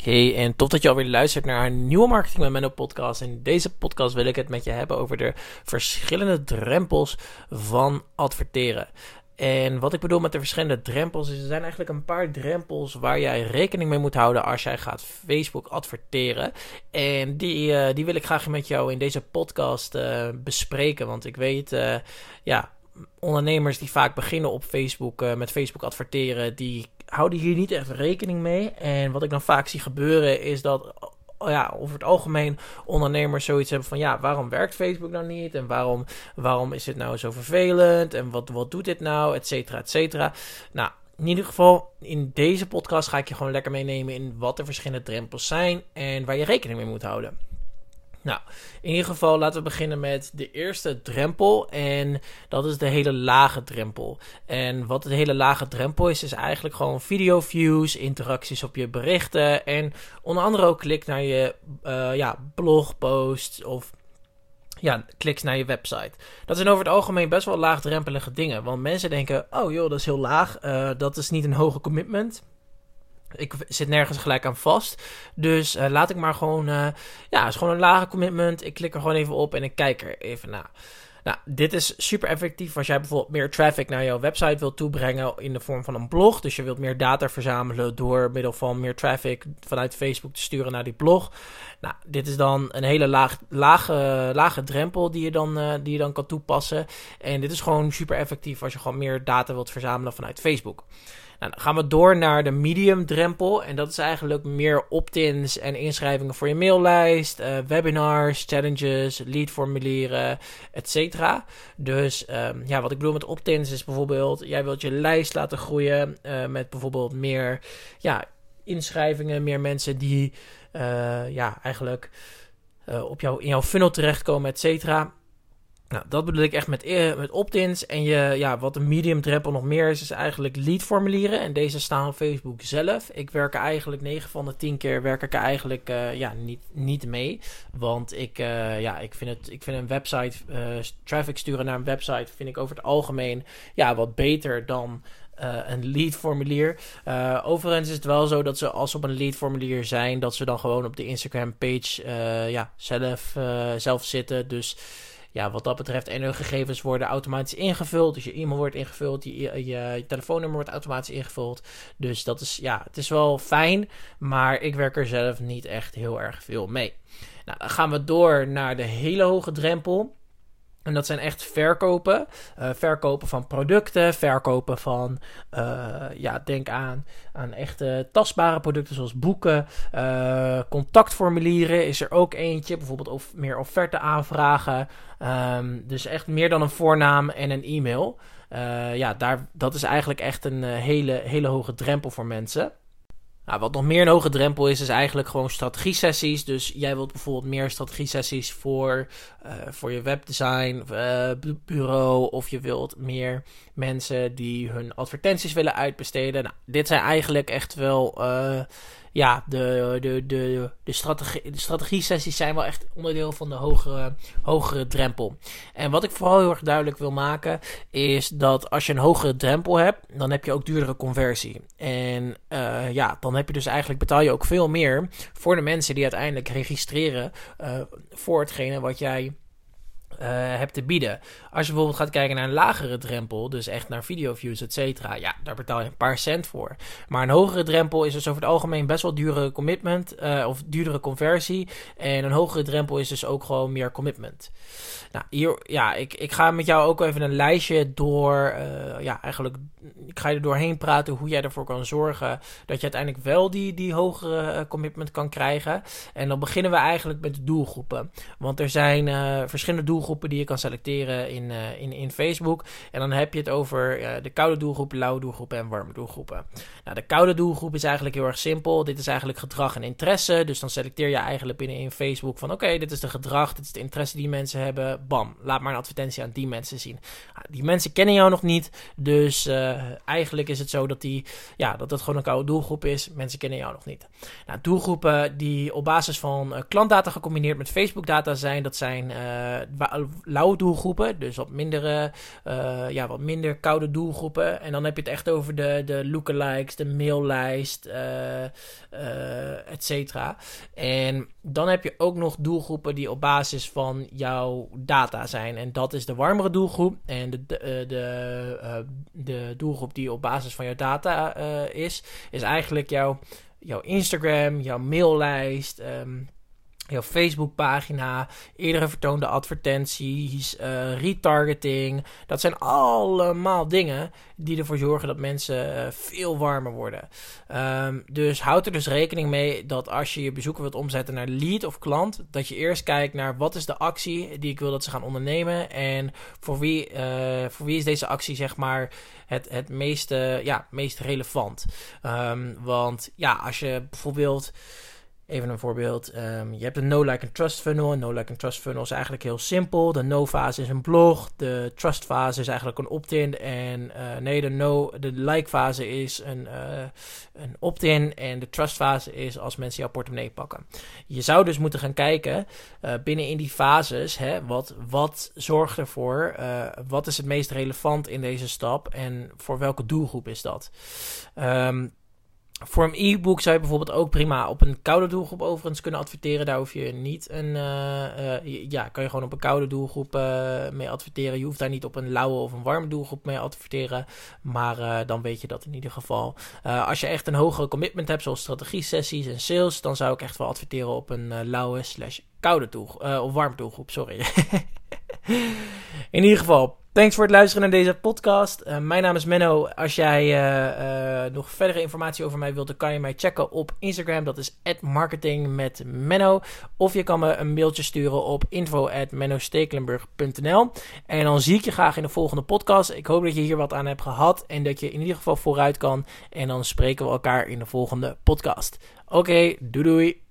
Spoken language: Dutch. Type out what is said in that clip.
Hey, en tof dat je alweer luistert naar een nieuwe Marketing met Menno podcast. In deze podcast wil ik het met je hebben over de verschillende drempels van adverteren. En wat ik bedoel met de verschillende drempels is, er zijn eigenlijk een paar drempels waar jij rekening mee moet houden als jij gaat Facebook adverteren. En die wil ik graag met jou in deze podcast bespreken, want ik weet, ondernemers die vaak beginnen op Facebook met Facebook adverteren, die houden hier niet echt rekening mee. En wat ik dan vaak zie gebeuren is dat over het algemeen ondernemers zoiets hebben van waarom werkt Facebook nou niet? En waarom is het nou zo vervelend? En wat doet dit nou? Etcetera, etcetera. Nou, in ieder geval, in deze podcast ga ik je gewoon lekker meenemen in wat de verschillende drempels zijn en waar je rekening mee moet houden. Nou, in ieder geval laten we beginnen met de eerste drempel en dat is de hele lage drempel. En wat de hele lage drempel is eigenlijk gewoon video views, interacties op je berichten en onder andere ook klik naar je blogposts of kliks naar je website. Dat zijn over het algemeen best wel laagdrempelige dingen, want mensen denken, dat is heel laag, dat is niet een hoge commitment. Ik zit nergens gelijk aan vast. Dus laat ik maar gewoon... het is gewoon een lage commitment. Ik klik er gewoon even op en ik kijk er even naar. Nou, dit is super effectief als jij bijvoorbeeld meer traffic naar jouw website wilt toebrengen in de vorm van een blog. Dus je wilt meer data verzamelen door middel van meer traffic vanuit Facebook te sturen naar die blog. Nou, dit is dan een hele lage drempel die je dan kan toepassen. En dit is gewoon super effectief als je gewoon meer data wilt verzamelen vanuit Facebook. Nou, dan gaan we door naar de medium drempel. En dat is eigenlijk meer opt-ins en inschrijvingen voor je maillijst, webinars, challenges, leadformulieren, etc. Dus wat ik bedoel met opt-ins is bijvoorbeeld, jij wilt je lijst laten groeien met bijvoorbeeld meer inschrijvingen, meer mensen die in jouw funnel terechtkomen, et cetera. Nou, dat bedoel ik echt met opt-ins. En wat een medium drempel nog meer is eigenlijk leadformulieren. En deze staan op Facebook zelf. Ik werk er eigenlijk 9 van de 10 keer niet mee. Want ik vind een website, traffic sturen naar een website, vind ik over het algemeen wat beter dan een leadformulier. Overigens is het wel zo dat ze als ze op een leadformulier zijn, dat ze dan gewoon op de Instagram page zelf zitten. Dus wat dat betreft, en hun gegevens worden automatisch ingevuld. Dus je e-mail wordt ingevuld, je telefoonnummer wordt automatisch ingevuld. Dus dat is, het is wel fijn, maar ik werk er zelf niet echt heel erg veel mee. Nou, dan gaan we door naar de hele hoge drempel. En dat zijn echt verkopen. Verkopen van producten, verkopen van, denk aan echte tastbare producten zoals boeken. Contactformulieren is er ook eentje, bijvoorbeeld meer offerte aanvragen. Dus echt meer dan een voornaam en een e-mail. Dat is eigenlijk echt een hele hoge drempel voor mensen. Nou, wat nog meer een hoge drempel is eigenlijk gewoon strategie-sessies. Dus jij wilt bijvoorbeeld meer strategie-sessies voor je webdesign bureau. Of je wilt meer mensen die hun advertenties willen uitbesteden. Nou, dit zijn eigenlijk echt wel de strategie-sessies zijn wel echt onderdeel van de hogere drempel. En wat ik vooral heel erg duidelijk wil maken is dat als je een hogere drempel hebt, dan heb je ook duurdere conversie. En dan heb je dus eigenlijk, betaal je ook veel meer voor de mensen die uiteindelijk registreren voor hetgene wat jij hebt te bieden. Als je bijvoorbeeld gaat kijken naar een lagere drempel, dus echt naar videoviews, et cetera, daar betaal je een paar cent voor. Maar een hogere drempel is dus over het algemeen best wel duurdere commitment of duurdere conversie. En een hogere drempel is dus ook gewoon meer commitment. Nou, ik ga met jou ook even een lijstje door, ik ga je er doorheen praten hoe jij ervoor kan zorgen dat je uiteindelijk wel die hogere commitment kan krijgen. En dan beginnen we eigenlijk met de doelgroepen. Want er zijn verschillende doelgroepen die je kan selecteren in Facebook. En dan heb je het over de koude doelgroep, lauwe doelgroepen en warme doelgroepen. Nou, de koude doelgroep is eigenlijk heel erg simpel. Dit is eigenlijk gedrag en interesse. Dus dan selecteer je eigenlijk in Facebook van oké, dit is de gedrag, dit is de interesse die mensen hebben. Bam, laat maar een advertentie aan die mensen zien. Die mensen kennen jou nog niet, dus eigenlijk is het zo dat dat gewoon een koude doelgroep is. Mensen kennen jou nog niet. Nou, doelgroepen die op basis van klantdata gecombineerd met Facebook data zijn, dat zijn lauwe doelgroepen. Dus wat minder koude doelgroepen. En dan heb je het echt over de lookalikes, de maillijst, et cetera. En dan heb je ook nog doelgroepen die op basis van jouw data zijn. En dat is de warmere doelgroep. En de doelgroep die op basis van jouw data is eigenlijk jouw Instagram, jouw maillijst, jouw Facebookpagina, eerdere vertoonde advertenties, retargeting. Dat zijn allemaal dingen die ervoor zorgen dat mensen veel warmer worden. Dus houd er dus rekening mee dat als je je bezoeker wilt omzetten naar lead of klant, dat je eerst kijkt naar wat is de actie die ik wil dat ze gaan ondernemen en voor wie is deze actie zeg maar het meest relevant. Want ja, als je bijvoorbeeld... Even een voorbeeld. Je hebt een No, Like and Trust funnel. Een No, Like and Trust funnel is eigenlijk heel simpel. De no-fase is een blog. De trust-fase is eigenlijk een opt-in. En de like-fase is een opt-in. En de trust-fase is als mensen jouw portemonnee pakken. Je zou dus moeten gaan kijken binnen in die fases. Wat zorgt ervoor? Wat is het meest relevant in deze stap? En voor welke doelgroep is dat? Voor een e-book zou je bijvoorbeeld ook prima op een koude doelgroep overigens kunnen adverteren. Daar hoef je niet kan je gewoon op een koude doelgroep mee adverteren. Je hoeft daar niet op een lauwe of een warme doelgroep mee adverteren. Maar dan weet je dat in ieder geval. Als je echt een hogere commitment hebt, zoals strategie-sessies en sales, dan zou ik echt wel adverteren op een lauwe/koude doelgroep. Of warme doelgroep, sorry. In ieder geval... Thanks voor het luisteren naar deze podcast. Mijn naam is Menno. Als jij nog verdere informatie over mij wilt, dan kan je mij checken op Instagram. Dat is @marketingmetmenno. Of je kan me een mailtje sturen op info@mennostekelenburg.nl. En dan zie ik je graag in de volgende podcast. Ik hoop dat je hier wat aan hebt gehad en dat je in ieder geval vooruit kan. En dan spreken we elkaar in de volgende podcast. Oké, doei doei.